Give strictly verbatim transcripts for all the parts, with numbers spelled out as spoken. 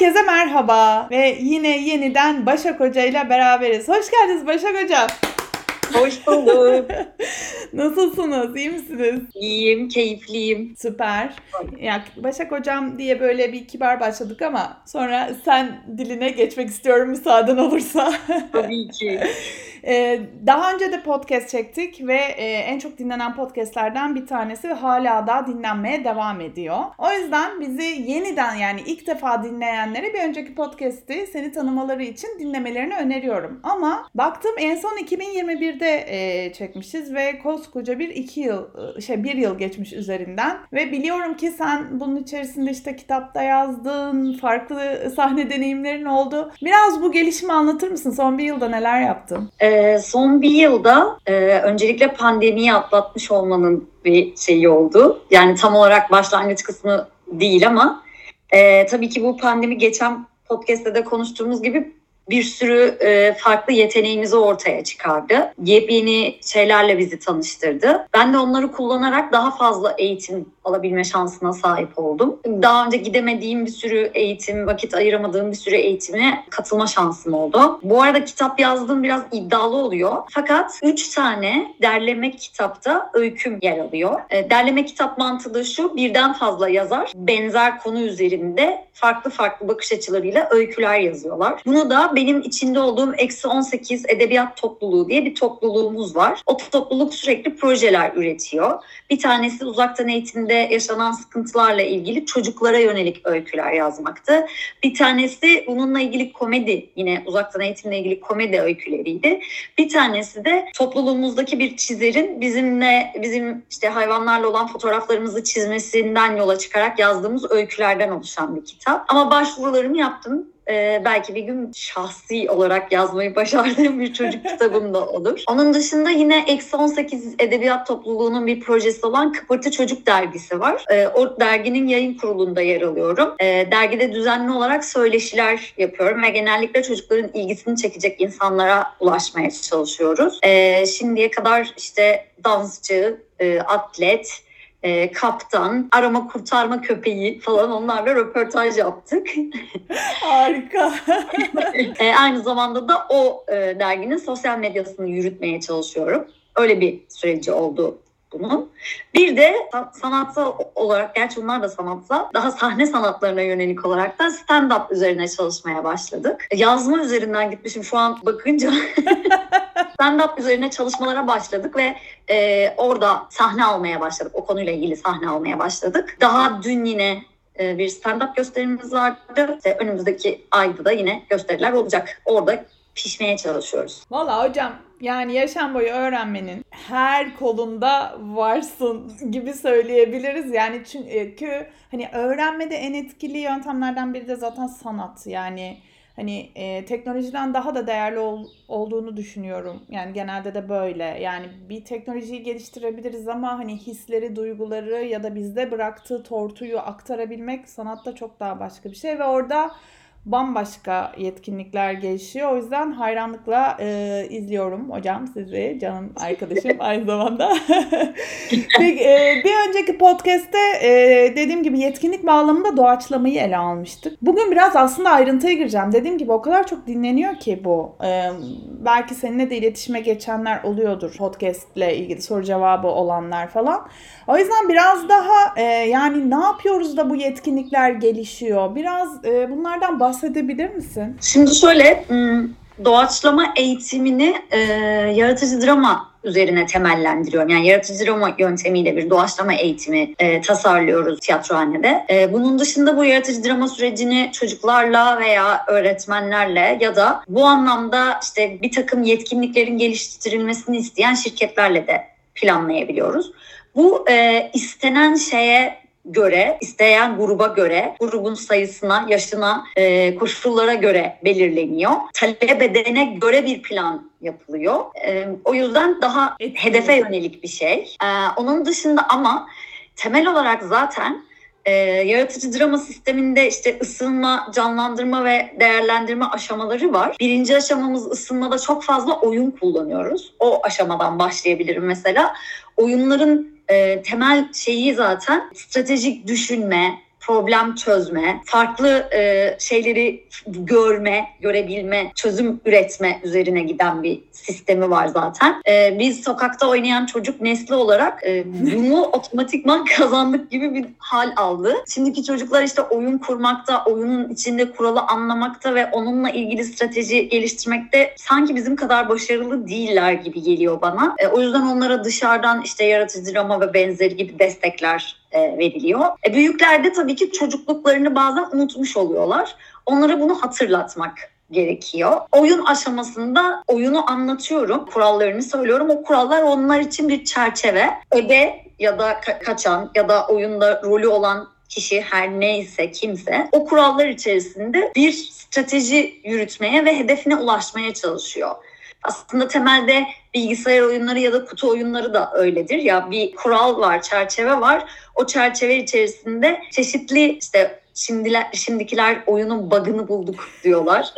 Herkese merhaba ve yine yeniden Başak Hoca ile beraberiz. Hoş geldiniz Başak Hocam. Hoş bulduk. Nasılsınız? İyi misiniz? İyiyim, keyifliyim. Süper. Ya Başak Hocam diye böyle bir kibar başladık ama sonra sen diline geçmek istiyorum müsaaden olursa. Tabii ki. Ee, daha önce de podcast çektik ve e, en çok dinlenen podcastlerden bir tanesi ve hala da dinlenmeye devam ediyor. O yüzden bizi yeniden, yani ilk defa dinleyenlere bir önceki podcast'i seni tanımaları için dinlemelerini öneriyorum. Ama baktım en son iki bin yirmi birde e, çekmişiz ve koskoca bir iki yıl şey bir yıl geçmiş üzerinden ve biliyorum ki sen bunun içerisinde işte kitapta yazdın, farklı sahne deneyimlerin oldu. Biraz bu gelişimi anlatır mısın? Son bir yılda neler yaptın? Ee, son bir yılda e, öncelikle pandemiyi atlatmış olmanın bir şeyi oldu. Yani tam olarak başlangıç kısmı değil ama e, tabii ki bu pandemi geçen podcast'te de konuştuğumuz gibi bir sürü e, farklı yeteneğimizi ortaya çıkardı. Yepyeni şeylerle bizi tanıştırdı. Ben de onları kullanarak daha fazla eğitim alabilme şansına sahip oldum. Daha önce gidemediğim bir sürü eğitim, vakit ayıramadığım bir sürü eğitime katılma şansım oldu. Bu arada kitap yazdığım biraz iddialı oluyor. Fakat üç tane derleme kitapta öyküm yer alıyor. E, derleme kitap mantığı da şu: birden fazla yazar benzer konu üzerinde farklı farklı bakış açılarıyla öyküler yazıyorlar. Bunu da benim içinde olduğum Eksi on sekiz Edebiyat Topluluğu diye bir topluluğumuz var. O topluluk sürekli projeler üretiyor. Bir tanesi uzaktan eğitimde yaşanan sıkıntılarla ilgili çocuklara yönelik öyküler yazmaktı. Bir tanesi bununla ilgili komedi, yine uzaktan eğitimle ilgili komedi öyküleriydi. Bir tanesi de topluluğumuzdaki bir çizerin bizimle bizim işte hayvanlarla olan fotoğraflarımızı çizmesinden yola çıkarak yazdığımız öykülerden oluşan bir kitap. Ama başvurularımı yaptım. Ee, belki bir gün şahsi olarak yazmayı başardığım bir çocuk kitabım da olur. Onun dışında yine Eksi on sekiz Edebiyat Topluluğu'nun bir projesi olan Kıpırtı Çocuk dergisi var. Ee, o derginin yayın kurulunda yer alıyorum. Ee, dergide düzenli olarak söyleşiler yapıyorum ve genellikle çocukların ilgisini çekecek insanlara ulaşmaya çalışıyoruz. Ee, şimdiye kadar işte dansçı, e, atlet, E, kaptan, arama kurtarma köpeği falan, onlarla röportaj yaptık. Harika. e, aynı zamanda da o e, derginin sosyal medyasını yürütmeye çalışıyorum. Öyle bir süreci oldu bunun. Bir de sanatsal olarak, gerçi bunlar da sanatsal, daha sahne sanatlarına yönelik olarak da stand-up üzerine çalışmaya başladık. Yazma üzerinden gitmişim şu an bakınca. Stand-up üzerine çalışmalara başladık ve e, orada sahne almaya başladık. O konuyla ilgili sahne almaya başladık. Daha dün yine e, bir stand-up gösterimiz vardı. İşte önümüzdeki ayda da yine gösteriler olacak. Orada pişmeye çalışıyoruz. Vallahi hocam, yani yaşam boyu öğrenmenin her kolunda varsın gibi söyleyebiliriz. Yani çünkü hani öğrenmede en etkili yöntemlerden biri de zaten sanat. Yani hani e, teknolojiden daha da değerli ol, olduğunu düşünüyorum. Yani genelde de böyle. Yani bir teknolojiyi geliştirebiliriz ama hani hisleri, duyguları ya da bizde bıraktığı tortuyu aktarabilmek sanatta çok daha başka bir şey ve orada bambaşka yetkinlikler gelişiyor. O yüzden hayranlıkla e, izliyorum hocam sizi, canım arkadaşım aynı zamanda. Peki, e, bir önceki podcast'te e, dediğim gibi yetkinlik bağlamında doğaçlamayı ele almıştık. Bugün biraz aslında ayrıntıya gireceğim. Dediğim gibi o kadar çok dinleniyor ki bu. E, belki seninle de iletişime geçenler oluyordur podcast'le ilgili, soru cevabı olanlar falan. O yüzden biraz daha e, yani ne yapıyoruz da bu yetkinlikler gelişiyor? Biraz e, bunlardan bahsedebilir misin? Şimdi şöyle, doğaçlama eğitimini e, yaratıcı drama üzerine temellendiriyorum. Yani yaratıcı drama yöntemiyle bir doğaçlama eğitimi e, tasarlıyoruz tiyatrohanede. E, bunun dışında bu yaratıcı drama sürecini çocuklarla veya öğretmenlerle ya da bu anlamda işte bir takım yetkinliklerin geliştirilmesini isteyen şirketlerle de planlayabiliyoruz. Bu e, istenen şeye göre, isteyen gruba göre, grubun sayısına, yaşına, e, koşullara göre belirleniyor. Talep edene göre bir plan yapılıyor. E, o yüzden daha hedefe yönelik bir şey. E, onun dışında ama temel olarak zaten e, yaratıcı drama sisteminde işte ısınma, canlandırma ve değerlendirme aşamaları var. Birinci aşamamız ısınmada çok fazla oyun kullanıyoruz. O aşamadan başlayabilirim mesela. Oyunların e, temel şeyi zaten stratejik düşünme, problem çözme, farklı e, şeyleri görme, görebilme, çözüm üretme üzerine giden bir sistemi var zaten. E, biz sokakta oynayan çocuk nesli olarak e, bunu otomatikman kazandık gibi bir hal aldı. Şimdiki çocuklar işte oyun kurmakta, oyunun içinde kuralı anlamakta ve onunla ilgili strateji geliştirmekte sanki bizim kadar başarılı değiller gibi geliyor bana. E, o yüzden onlara dışarıdan işte yaratıcı drama ve benzeri gibi destekler e, veriliyor. E, büyükler de tabii ki çocukluklarını bazen unutmuş oluyorlar. Onlara bunu hatırlatmak gerekiyor. Oyun aşamasında oyunu anlatıyorum, kurallarını söylüyorum. O kurallar onlar için bir çerçeve. Ebe ya da ka- kaçan ya da oyunda rolü olan kişi her neyse kimse o kurallar içerisinde bir strateji yürütmeye ve hedefine ulaşmaya çalışıyor. Aslında temelde bilgisayar oyunları ya da kutu oyunları da öyledir. Ya bir kural var, çerçeve var. O çerçeve içerisinde çeşitli işte şimdiler, şimdikiler oyunun bug'ını bulduk diyorlar.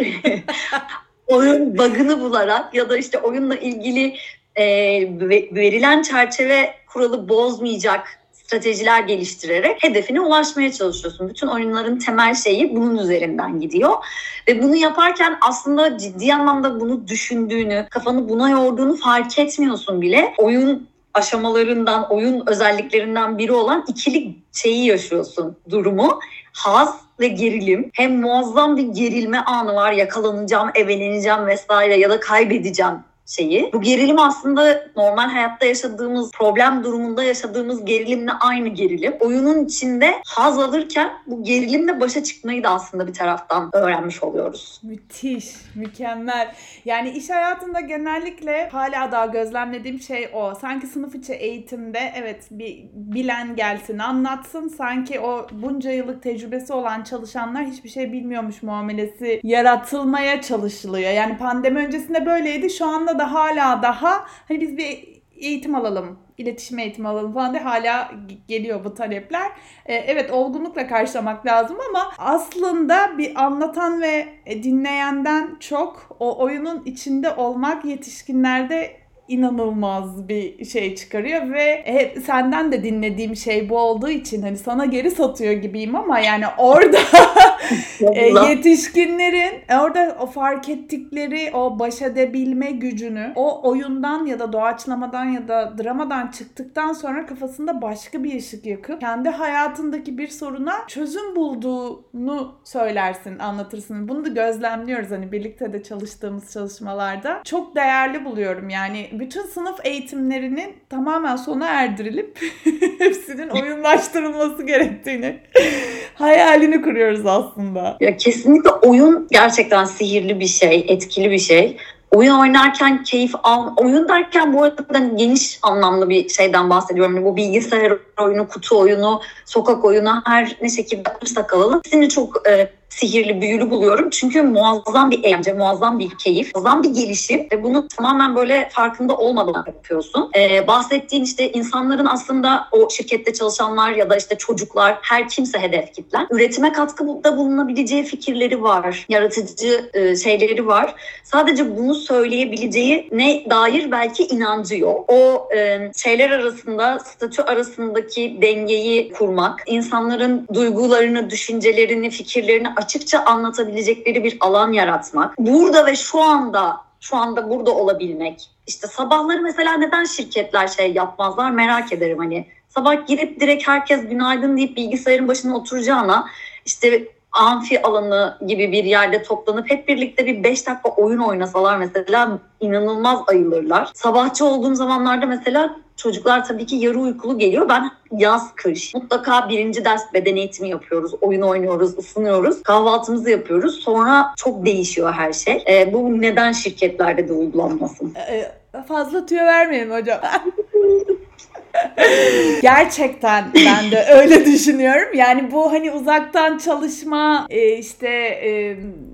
Oyun bug'ını bularak ya da işte oyunla ilgili e, verilen çerçeve kuralı bozmayacak stratejiler geliştirerek hedefine ulaşmaya çalışıyorsun. Bütün oyunların temel şeyi bunun üzerinden gidiyor. Ve bunu yaparken aslında ciddi anlamda bunu düşündüğünü, kafanı buna yorduğunu fark etmiyorsun bile. Oyun aşamalarından, oyun özelliklerinden biri olan ikili şeyi yaşıyorsun, durumu. Haz ve gerilim. Hem muazzam bir gerilme anı var, yakalanacağım, ebeleneceğim vesaire ya da kaybedeceğim şeyi. Bu gerilim aslında normal hayatta yaşadığımız, problem durumunda yaşadığımız gerilimle aynı gerilim. Oyunun içinde haz alırken bu gerilimle başa çıkmayı da aslında bir taraftan öğrenmiş oluyoruz. Müthiş, mükemmel. Yani iş hayatında genellikle hala daha gözlemlediğim şey o. Sanki sınıf içi eğitimde evet bir bilen gelsin anlatsın. Sanki o bunca yıllık tecrübesi olan çalışanlar hiçbir şey bilmiyormuş muamelesi yaratılmaya çalışılıyor. Yani pandemi öncesinde böyleydi. Şu anda da hala daha hani biz bir eğitim alalım, iletişim eğitimi alalım falan diye hala geliyor bu talepler. Ee, evet olgunlukla karşılamak lazım ama aslında bir anlatan ve dinleyenden çok o oyunun içinde olmak yetişkinlerde inanılmaz bir şey çıkarıyor ve hep senden de dinlediğim şey bu olduğu için hani sana geri satıyor gibiyim ama yani orada e, yetişkinlerin orada o fark ettikleri o baş edebilme gücünü o oyundan ya da doğaçlamadan ya da dramadan çıktıktan sonra kafasında başka bir ışık yakıp kendi hayatındaki bir soruna çözüm bulduğunu söylersin, anlatırsın. Bunu da gözlemliyoruz hani birlikte de çalıştığımız çalışmalarda. Çok değerli buluyorum yani. Bütün sınıf eğitimlerinin tamamen sona erdirilip hepsinin oyunlaştırılması gerektiğini hayalini kuruyoruz aslında. Ya kesinlikle oyun gerçekten sihirli bir şey, etkili bir şey. Oyun oynarken keyif al... Oyun derken bu arada geniş anlamlı bir şeyden bahsediyorum. Yani bu bilgisayar oyunu, kutu oyunu, sokak oyunu her ne şekilde yapmışsak alalım. Hepsini çok e, sihirli, büyülü buluyorum. Çünkü muazzam bir eğlence, muazzam bir keyif, muazzam bir gelişim. Ve bunu tamamen böyle farkında olmadan yapıyorsun. Ee, bahsettiğin işte insanların aslında o şirkette çalışanlar ya da işte çocuklar, her kimse hedef kitlen. Üretime katkıda bulunabileceği fikirleri var, yaratıcı e, şeyleri var. Sadece bunu söyleyebileceği ne dair belki inancı yok. O e, şeyler arasında, statü arasındaki dengeyi kurmak, insanların duygularını, düşüncelerini, fikirlerini açıkça anlatabilecekleri bir alan yaratmak. Burada ve şu anda, şu anda burada olabilmek. İşte sabahları mesela neden şirketler şey yapmazlar merak ederim hani. Sabah girip direkt herkes günaydın deyip bilgisayarın başına oturacağına işte amfi alanı gibi bir yerde toplanıp hep birlikte bir beş dakika oyun oynasalar mesela inanılmaz ayılırlar. Sabahçı olduğum zamanlarda mesela çocuklar tabii ki yarı uykulu geliyor. Ben yaz, kış mutlaka birinci ders beden eğitimi yapıyoruz. Oyun oynuyoruz, ısınıyoruz. Kahvaltımızı yapıyoruz. Sonra çok değişiyor her şey. E, bu neden şirketlerde de uygulanmasın? Ee, fazla tüyo vermeyin hocam. Gerçekten ben de öyle düşünüyorum. Yani bu hani uzaktan çalışma işte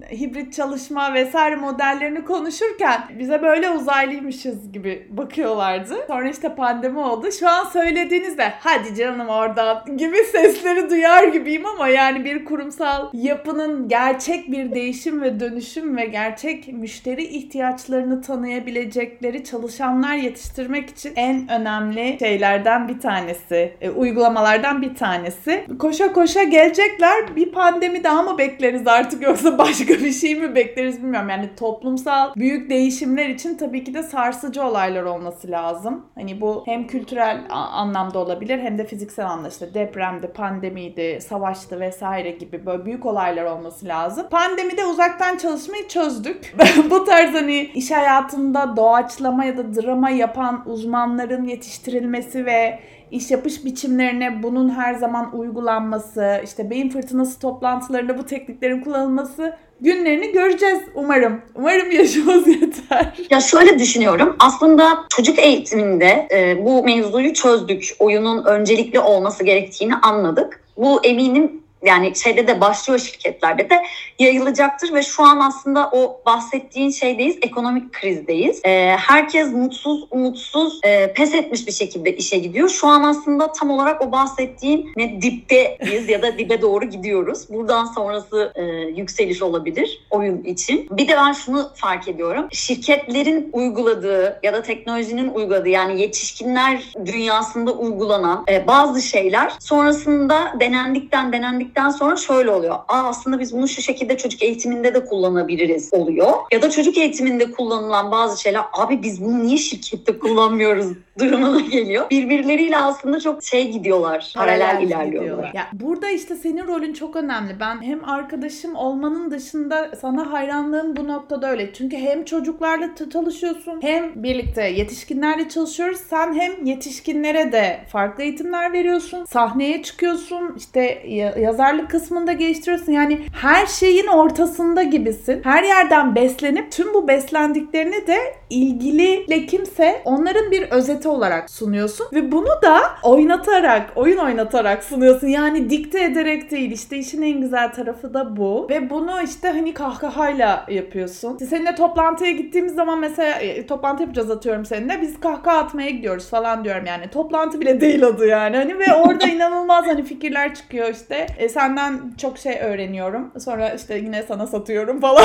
hibrit çalışma vesaire modellerini konuşurken bize böyle uzaylıymışız gibi bakıyorlardı. Sonra işte pandemi oldu. Şu an söylediğinizde hadi canım oradan gibi sesleri duyar gibiyim ama yani bir kurumsal yapının gerçek bir değişim ve dönüşüm ve gerçek müşteri ihtiyaçlarını tanıyabilecekleri çalışanlar yetiştirmek için en önemli şeylerden bir tanesi, e, uygulamalardan bir tanesi. Koşa koşa gelecekler. Bir pandemi daha mı bekleriz artık yoksa başka bir şey mi bekleriz bilmiyorum. Yani toplumsal büyük değişimler için tabii ki de sarsıcı olaylar olması lazım. Hani bu hem kültürel anlamda olabilir hem de fiziksel anlamda, işte depremdi, pandemiydi, savaştı vesaire gibi böyle büyük olaylar olması lazım. Pandemide uzaktan çalışmayı çözdük. Bu tarz hani iş hayatında doğaçlama ya da drama yapan uzmanların yetiştirilmesi ve iş yapış biçimlerine bunun her zaman uygulanması, işte beyin fırtınası toplantılarında bu tekniklerin kullanılması günlerini göreceğiz umarım. Umarım yaşımız yeter. Ya şöyle düşünüyorum. Aslında çocuk eğitiminde e, bu mevzuyu çözdük. Oyunun öncelikli olması gerektiğini anladık. Bu eminim yani şeyde de başlıyor, şirketlerde de yayılacaktır ve şu an aslında o bahsettiğin şeydeyiz, ekonomik krizdeyiz. Ee, herkes mutsuz, umutsuz, e, pes etmiş bir şekilde işe gidiyor. Şu an aslında tam olarak o bahsettiğin ne dipteyiz ya da dibe doğru gidiyoruz. Buradan sonrası e, yükseliş olabilir oyun için. Bir de ben şunu fark ediyorum. Şirketlerin uyguladığı ya da teknolojinin uyguladığı, yani yetişkinler dünyasında uygulanan e, bazı şeyler sonrasında denendikten denendikten sonra şöyle oluyor. Aa, aslında biz bunu şu şekilde çocuk eğitiminde de kullanabiliriz oluyor. Ya da çocuk eğitiminde kullanılan bazı şeyler, abi biz bunu niye şirkette kullanmıyoruz durumuna geliyor. Birbirleriyle aslında çok şey gidiyorlar. Paralel, paralel ilerliyorlar. Gidiyorlar. Ya burada işte senin rolün çok önemli. Ben hem arkadaşım olmanın dışında sana hayranlığım bu noktada öyle. Çünkü hem çocuklarla çalışıyorsun hem birlikte yetişkinlerle çalışıyoruz. Sen hem yetişkinlere de farklı eğitimler veriyorsun. Sahneye çıkıyorsun. İşte yazarlık kısmında geliştiriyorsun. Yani her şeyin ortasında gibisin. Her yerden beslenip tüm bu beslendiklerini de ilgili kimse onların bir özeti olarak sunuyorsun ve bunu da oynatarak, oyun oynatarak sunuyorsun. Yani dikte ederek değil. İşte işin en güzel tarafı da bu. Ve bunu işte hani kahkahayla yapıyorsun. İşte seninle toplantıya gittiğimiz zaman mesela e, toplantı yapacağız atıyorum seninle. Biz kahkaha atmaya gidiyoruz falan diyorum yani. Toplantı bile değil adı yani. Hani ve orada inanılmaz hani fikirler çıkıyor işte. E, senden çok şey öğreniyorum. Sonra işte yine sana satıyorum falan.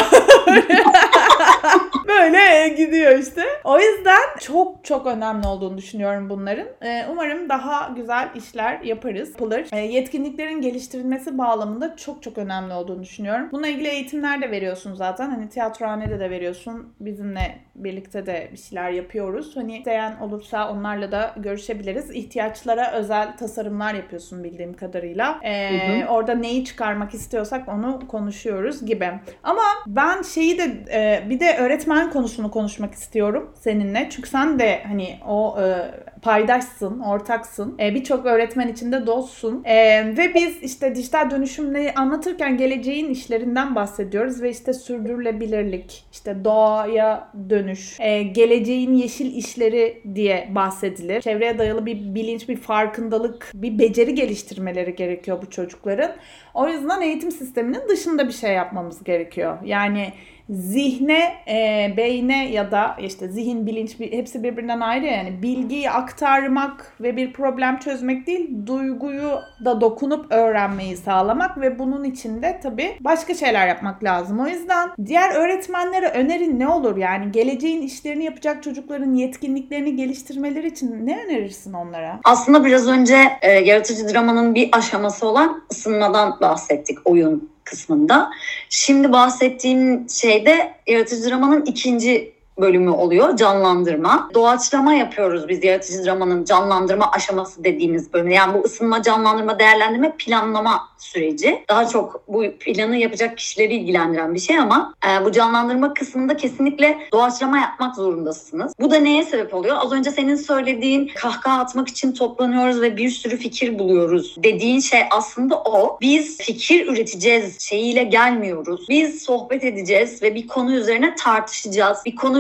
Böyle gidiyor işte. O yüzden çok çok önemli olduğunu düşünüyorum bunların. Ee, umarım daha güzel işler yaparız, yapılır. Ee, yetkinliklerin geliştirilmesi bağlamında çok çok önemli olduğunu düşünüyorum. Bununla ilgili eğitimler de veriyorsun zaten. Hani tiyatrohanede de veriyorsun. Bizimle birlikte de bir şeyler yapıyoruz. Hani isteyen olursa onlarla da görüşebiliriz. İhtiyaçlara özel tasarımlar yapıyorsun bildiğim kadarıyla. Ee, hı hı. Orada neyi çıkarmak istiyorsak onu konuşuyoruz gibi. Ama ben şeyi de e, bir de öğretmen konusunu konuşmak istiyorum seninle. Çünkü sen de hani o e, paydaşsın, ortaksın. E, Birçok öğretmen içinde dostsun. E, ve biz işte dijital dönüşümleri anlatırken geleceğin işlerinden bahsediyoruz ve işte sürdürülebilirlik, işte doğaya dönüş, e, geleceğin yeşil işleri diye bahsedilir. Çevreye dayalı bir bilinç, bir farkındalık, bir beceri geliştirmeleri gerekiyor bu çocukların. O yüzden eğitim sisteminin dışında bir şey yapmamız gerekiyor. Yani zihne, e, beyne ya da işte zihin, bilinç hepsi birbirinden ayrı yani bilgiyi aktarmak ve bir problem çözmek değil, duyguyu da dokunup öğrenmeyi sağlamak ve bunun için de tabii başka şeyler yapmak lazım. O yüzden diğer öğretmenlere önerin ne olur? Yani geleceğin işlerini yapacak çocukların yetkinliklerini geliştirmeleri için ne önerirsin onlara? Aslında biraz önce e, yaratıcı dramanın bir aşaması olan ısınmadan bahsettik oyun kısmında. Şimdi bahsettiğim şeyde yaratıcı dramanın ikinci bölümü oluyor. Canlandırma. Doğaçlama yapıyoruz biz yaratıcı dramanın canlandırma aşaması dediğimiz bölüm. Yani bu ısınma, canlandırma, değerlendirme, planlama süreci. Daha çok bu planı yapacak kişileri ilgilendiren bir şey ama e, bu canlandırma kısmında kesinlikle doğaçlama yapmak zorundasınız. Bu da neye sebep oluyor? Az önce senin söylediğin kahkaha atmak için toplanıyoruz ve bir sürü fikir buluyoruz dediğin şey aslında o. Biz fikir üreteceğiz şeyiyle gelmiyoruz. Biz sohbet edeceğiz ve bir konu üzerine tartışacağız. Bir konu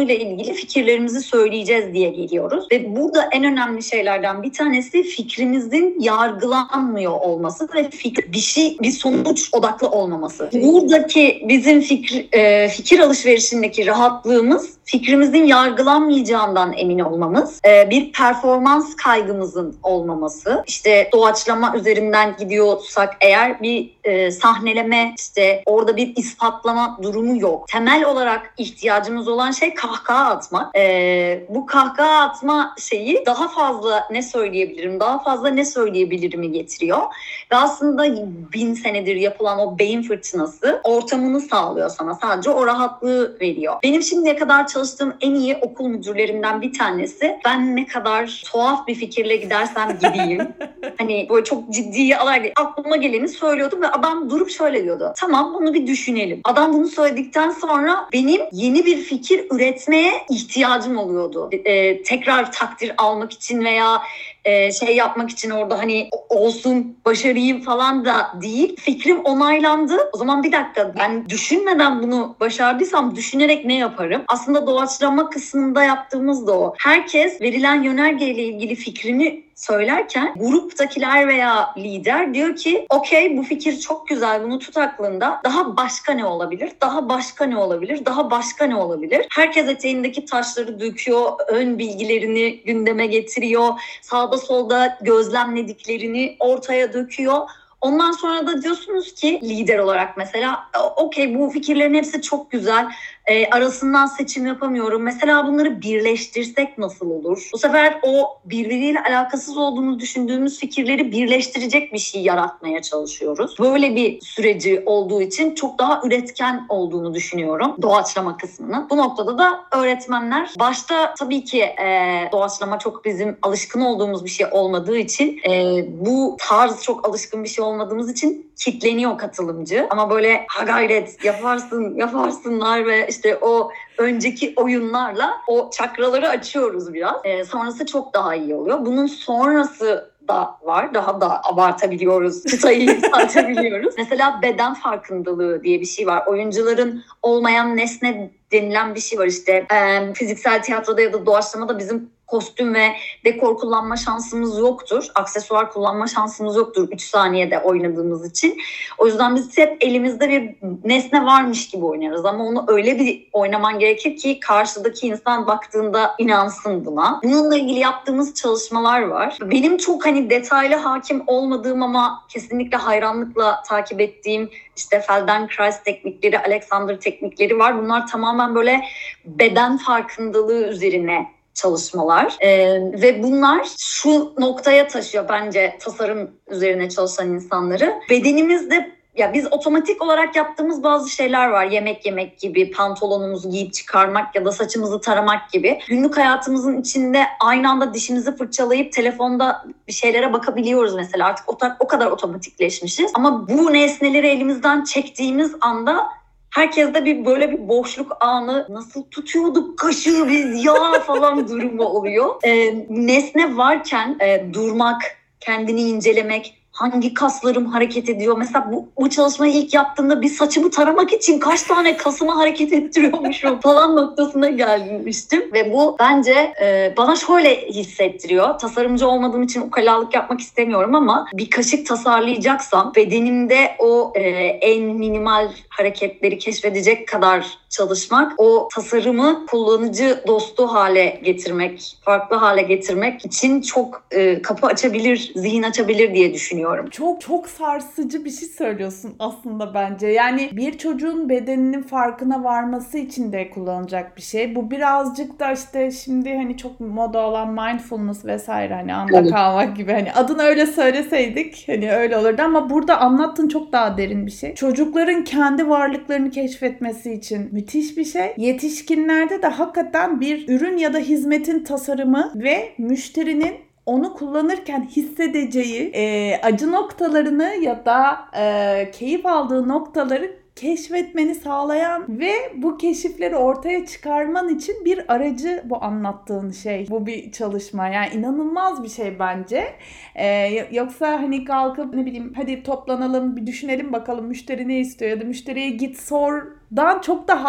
konuyla ilgili fikirlerimizi söyleyeceğiz diye geliyoruz. Ve burada en önemli şeylerden bir tanesi fikrimizin yargılanmıyor olması ve fikir, bir şey, bir sonuç odaklı olmaması. Buradaki bizim fikir, e, fikir alışverişindeki rahatlığımız, fikrimizin yargılanmayacağından emin olmamız, e, bir performans kaygımızın olmaması, işte doğaçlama üzerinden gidiyorsak eğer bir e, sahneleme, işte orada bir ispatlama durumu yok. Temel olarak ihtiyacımız olan şey kahkaha atmak. E, bu kahkaha atma şeyi daha fazla ne söyleyebilirim, daha fazla ne söyleyebilirimi getiriyor. Ve aslında bin senedir yapılan o beyin fırtınası ortamını sağlıyor sana. Sadece o rahatlığı veriyor. Benim şimdiye kadar çalıştığım en iyi okul müdürlerimden bir tanesi, ben ne kadar tuhaf bir fikirle gidersem gideyim. Hani böyle çok ciddiye alarak aklıma geleni söylüyordum ve adam durup şöyle diyordu. Tamam, bunu bir düşünelim. Adam bunu söyledikten sonra benim yeni bir fikir üretmeye ihtiyacım oluyordu. Ee, tekrar takdir almak için veya e, şey yapmak için orada hani olsun, başarayım falan da değil. Fikrim onaylandı. O zaman bir dakika, ben düşünmeden bunu başardıysam düşünerek ne yaparım? Aslında doğaçlama kısmında yaptığımız da o. Herkes verilen yönergeyle ilgili fikrini söylerken gruptakiler veya lider diyor ki okey, bu fikir çok güzel, bunu tut aklında. Daha başka ne olabilir? Daha başka ne olabilir? Daha başka ne olabilir? Herkes eteğindeki taşları döküyor, ön bilgilerini gündeme getiriyor, sağda solda gözlemlediklerini ortaya döküyor. Ondan sonra da diyorsunuz ki lider olarak mesela okey, bu fikirlerin hepsi çok güzel. E, arasından seçim yapamıyorum. Mesela bunları birleştirsek nasıl olur? Bu sefer o birbiriyle alakasız olduğunu düşündüğümüz fikirleri birleştirecek bir şey yaratmaya çalışıyoruz. Böyle bir süreci olduğu için çok daha üretken olduğunu düşünüyorum doğaçlama kısmının. Bu noktada da öğretmenler başta tabii ki e, doğaçlama çok bizim alışkın olduğumuz bir şey olmadığı için e, bu tarz çok alışkın bir şey olmadığımız için kitleniyor katılımcı. Ama böyle ha gayret yaparsın yaparsınlar ve işte o önceki oyunlarla o çakraları açıyoruz biraz. Ee, sonrası çok daha iyi oluyor. Bunun sonrası da var. Daha da abartabiliyoruz. Çıtayı yükseltebiliyoruz. Mesela beden farkındalığı diye bir şey var. Oyuncuların olmayan nesne denilen bir şey var işte. Ee, fiziksel tiyatroda ya da doğaçlamada bizim kostüm ve dekor kullanma şansımız yoktur. Aksesuar kullanma şansımız yoktur üç saniyede oynadığımız için. O yüzden biz hep elimizde bir nesne varmış gibi oynarız. Ama onu öyle bir oynaman gerekir ki karşıdaki insan baktığında inansın buna. Bununla ilgili yaptığımız çalışmalar var. Benim çok hani detaylı hakim olmadığım ama kesinlikle hayranlıkla takip ettiğim işte Feldenkrais teknikleri, Alexander teknikleri var. Bunlar tamamen böyle beden farkındalığı üzerine çalışmalar ee, ve bunlar şu noktaya taşıyor bence tasarım üzerine çalışan insanları. Bedenimizde ya biz otomatik olarak yaptığımız bazı şeyler var. Yemek yemek gibi, pantolonumuzu giyip çıkarmak ya da saçımızı taramak gibi. Günlük hayatımızın içinde aynı anda dişimizi fırçalayıp telefonda bir şeylere bakabiliyoruz mesela. Artık o, o kadar otomatikleşmişiz. Ama bu nesneleri elimizden çektiğimiz anda herkeste bir böyle bir boşluk anı, nasıl tutuyorduk kaşığı biz ya falan durumu oluyor. Ee, nesne varken e, durmak, kendini incelemek, hangi kaslarım hareket ediyor? Mesela bu, bu çalışmayı ilk yaptığımda bir saçımı taramak için kaç tane kasımı hareket ettiriyormuşum falan noktasına gelmiştim. Ve bu bence e, bana şöyle hissettiriyor. Tasarımcı olmadığım için ukalalık yapmak istemiyorum ama bir kaşık tasarlayacaksam bedenimde o e, en minimal hareketleri keşfedecek kadar çalışmak, o tasarımı kullanıcı dostu hale getirmek, farklı hale getirmek için çok e, kapı açabilir, zihin açabilir diye düşünüyorum. Çok çok sarsıcı bir şey söylüyorsun aslında bence. Yani bir çocuğun bedeninin farkına varması için de kullanılacak bir şey. Bu birazcık da işte şimdi hani çok moda olan mindfulness vesaire, hani anda evet. kalmak gibi, hani adını öyle söyleseydik hani öyle olurdu ama burada anlattığın çok daha derin bir şey. Çocukların kendi varlıklarını keşfetmesi için müthiş bir şey. Yetişkinlerde de hakikaten bir ürün ya da hizmetin tasarımı ve müşterinin onu kullanırken hissedeceği e, acı noktalarını ya da e, keyif aldığı noktaları keşfetmeni sağlayan ve bu keşifleri ortaya çıkarman için bir aracı bu anlattığın şey. Bu bir çalışma. Yani inanılmaz bir şey bence. Ee, yoksa hani kalkıp ne bileyim hadi toplanalım bir düşünelim bakalım müşteri ne istiyor ya da müşteriye git sordan çok daha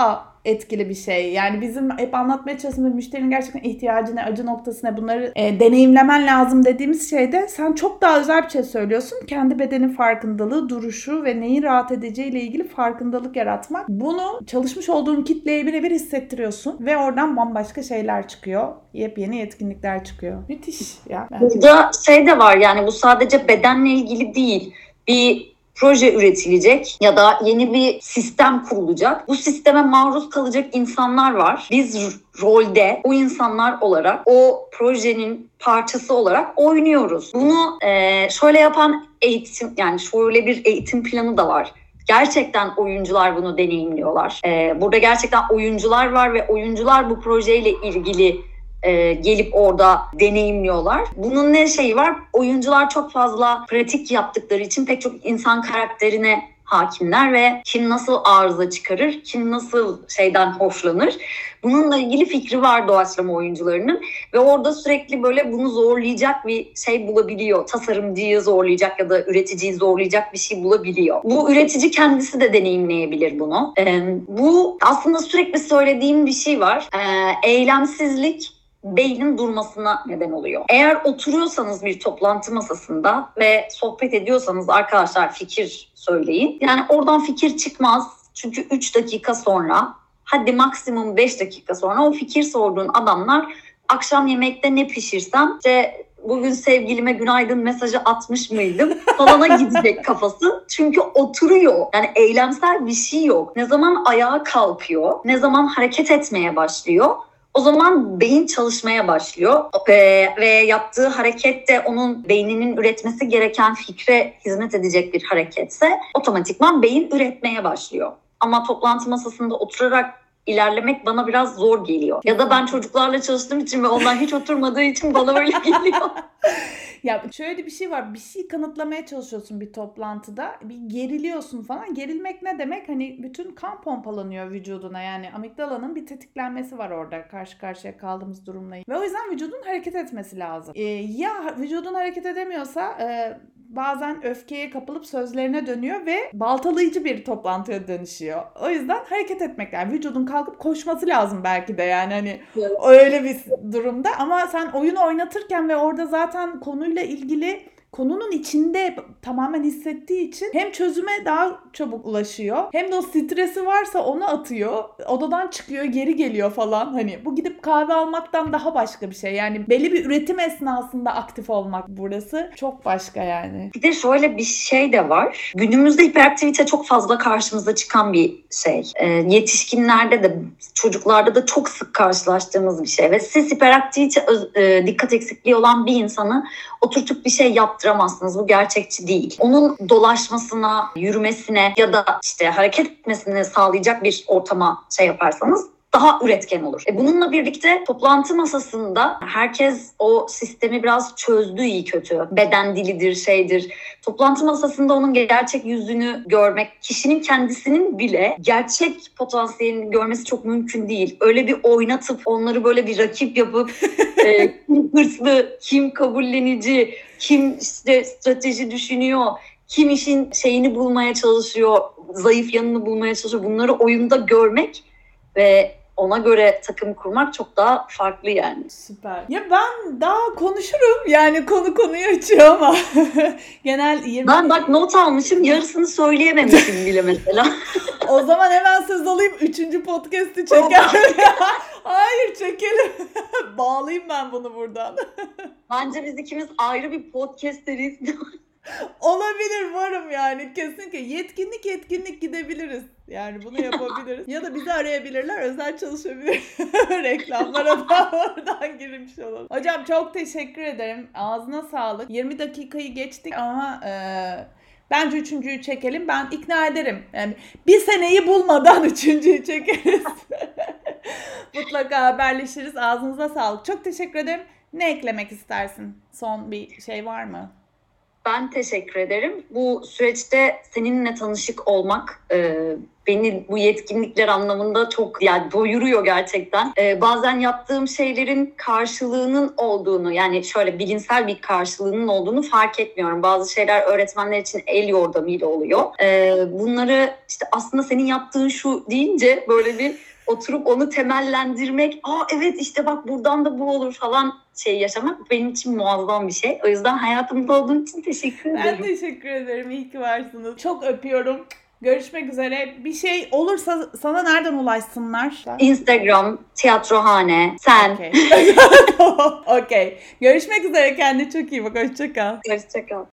etkili bir şey. Yani bizim hep anlatmaya çalıştığımız müşterinin gerçekten ihtiyacı ne, acı noktası ne, bunları e, deneyimlemen lazım dediğimiz şeyde sen çok daha özel bir şey söylüyorsun. Kendi bedenin farkındalığı, duruşu ve neyin rahat edeceğiyle ilgili farkındalık yaratmak. Bunu çalışmış olduğun kitleye birebir hissettiriyorsun ve oradan bambaşka şeyler çıkıyor. Yepyeni yetkinlikler çıkıyor. Müthiş ya. Burada şey de var, yani bu sadece bedenle ilgili değil. Bir proje üretilecek ya da yeni bir sistem kurulacak. Bu sisteme maruz kalacak insanlar var. Biz rolde o insanlar olarak, o projenin parçası olarak oynuyoruz. Bunu e, şöyle yapan eğitim, yani şöyle bir eğitim planı da var. Gerçekten oyuncular bunu deneyimliyorlar. E, burada gerçekten oyuncular var ve oyuncular bu projeyle ilgili E, gelip orada deneyimliyorlar. Bunun ne şeyi var? Oyuncular çok fazla pratik yaptıkları için pek çok insan karakterine hakimler ve kim nasıl arıza çıkarır, kim nasıl şeyden hoşlanır. Bununla ilgili fikri var doğaçlama oyuncularının ve orada sürekli böyle bunu zorlayacak bir şey bulabiliyor. Tasarımcıyı zorlayacak ya da üreticiyi zorlayacak bir şey bulabiliyor. Bu üretici kendisi de deneyimleyebilir bunu. Ee, bu aslında sürekli söylediğim bir şey var. Ee, eylemsizlik beynin durmasına neden oluyor. Eğer oturuyorsanız bir toplantı masasında ve sohbet ediyorsanız arkadaşlar fikir söyleyin. Yani oradan fikir çıkmaz. Çünkü üç dakika sonra, hadi maksimum beş dakika sonra o fikir sorduğun adamlar akşam yemekte ne pişirsem, işte bugün sevgilime günaydın mesajı atmış mıydım falana gidecek kafası. Çünkü oturuyor. Yani eylemsel bir şey yok. Ne zaman ayağa kalkıyor, ne zaman hareket etmeye başlıyor, o zaman beyin çalışmaya başlıyor ee, ve yaptığı hareket de onun beyninin üretmesi gereken fikre hizmet edecek bir hareketse otomatikman beyin üretmeye başlıyor. Ama toplantı masasında oturarak ilerlemek bana biraz zor geliyor. Ya da ben çocuklarla çalıştığım için ve onlar hiç oturmadığı için bana böyle geliyor. Ya şöyle bir şey var. Bir şey kanıtlamaya çalışıyorsun bir toplantıda. Bir geriliyorsun falan. Gerilmek ne demek? Hani bütün kan pompalanıyor vücuduna. Yani amigdalanın bir tetiklenmesi var orada. Karşı karşıya kaldığımız durumla. Ve o yüzden vücudun hareket etmesi lazım. Ee, ya vücudun hareket edemiyorsa e, bazen öfkeye kapılıp sözlerine dönüyor ve baltalayıcı bir toplantıya dönüşüyor. O yüzden hareket etmek lazım. Vücudun kalkıp koşması lazım belki de, yani hani evet. Öyle bir durumda. Ama sen oyunu oynatırken ve orada zaten konuyla ilgili, konunun içinde tamamen hissettiği için hem çözüme daha çabuk ulaşıyor, hem de o stresi varsa onu atıyor, odadan çıkıyor, geri geliyor falan. Hani bu gidip kahve almaktan daha başka bir şey. Yani belli bir üretim esnasında aktif olmak burası çok başka yani. Bir de şöyle bir şey de var. Günümüzde hiperaktivite çok fazla karşımıza çıkan bir şey. Ee, yetişkinlerde de çocuklarda da çok sık karşılaştığımız bir şey ve siz hiperaktivite e, dikkat eksikliği olan bir insanı oturtup bir şey yaptıramazsınız. Bu gerçekçi değil. Onun dolaşmasına, yürümesine ya da işte hareket etmesini sağlayacak bir ortama şey yaparsanız daha üretken olur. E bununla birlikte toplantı masasında herkes o sistemi biraz çözdü iyi kötü. Beden dilidir, şeydir. Toplantı masasında onun gerçek yüzünü görmek, kişinin kendisinin bile gerçek potansiyelini görmesi çok mümkün değil. Öyle bir oynatıp onları böyle bir rakip yapıp e, kim hırslı, kim kabullenici, kim işte strateji düşünüyor, kim işin şeyini bulmaya çalışıyor, zayıf yanını bulmaya çalışıyor. Bunları oyunda görmek ve ona göre takım kurmak çok daha farklı yani. Süper. Ya ben daha konuşurum. Yani konu konuyu açıyor ama genel yirmi... Ben bak not almışım, yarısını söyleyememişim bile mesela. O zaman hemen söz alayım. Üçüncü podcast'i çekelim. Hayır, çekelim. Bağlayayım ben bunu buradan. Bence biz ikimiz ayrı bir podcast serisi. Olabilir, varım yani kesinlikle. Yetkinlik yetkinlik gidebiliriz. Yani bunu yapabiliriz. Ya da bizi arayabilirler, özel çalışabilir. Reklamlara da oradan girmiş olalım. Hocam çok teşekkür ederim. Ağzına sağlık. yirmi dakikayı geçtik ama e, bence üçüncüyü çekelim. Ben ikna ederim. Yani bir seneyi bulmadan üçüncüyü çekeriz. Mutlaka haberleşiriz. Ağzınıza sağlık. Çok teşekkür ederim. Ne eklemek istersin? Son bir şey var mı? Ben teşekkür ederim. Bu süreçte seninle tanışık olmak e, beni bu yetkinlikler anlamında çok yani doyuruyor gerçekten. E, bazen yaptığım şeylerin karşılığının olduğunu, yani şöyle bilimsel bir karşılığının olduğunu fark etmiyorum. Bazı şeyler öğretmenler için el yordamıyla oluyor. E, bunları işte aslında senin yaptığın şu deyince böyle bir oturup onu temellendirmek, aa evet işte bak buradan da bu olur falan şey yaşamak benim için muazzam bir şey. O yüzden hayatımda olduğun için teşekkür ederim. Ben teşekkür ederim. İyi ki varsınız. Çok öpüyorum. Görüşmek üzere. Bir şey olursa sana nereden ulaşsınlar? Instagram, tiyatrohane, sen. Okey. Okay. Görüşmek üzere. Kendine çok iyi bak. Hoşça kal. Hoşça kal.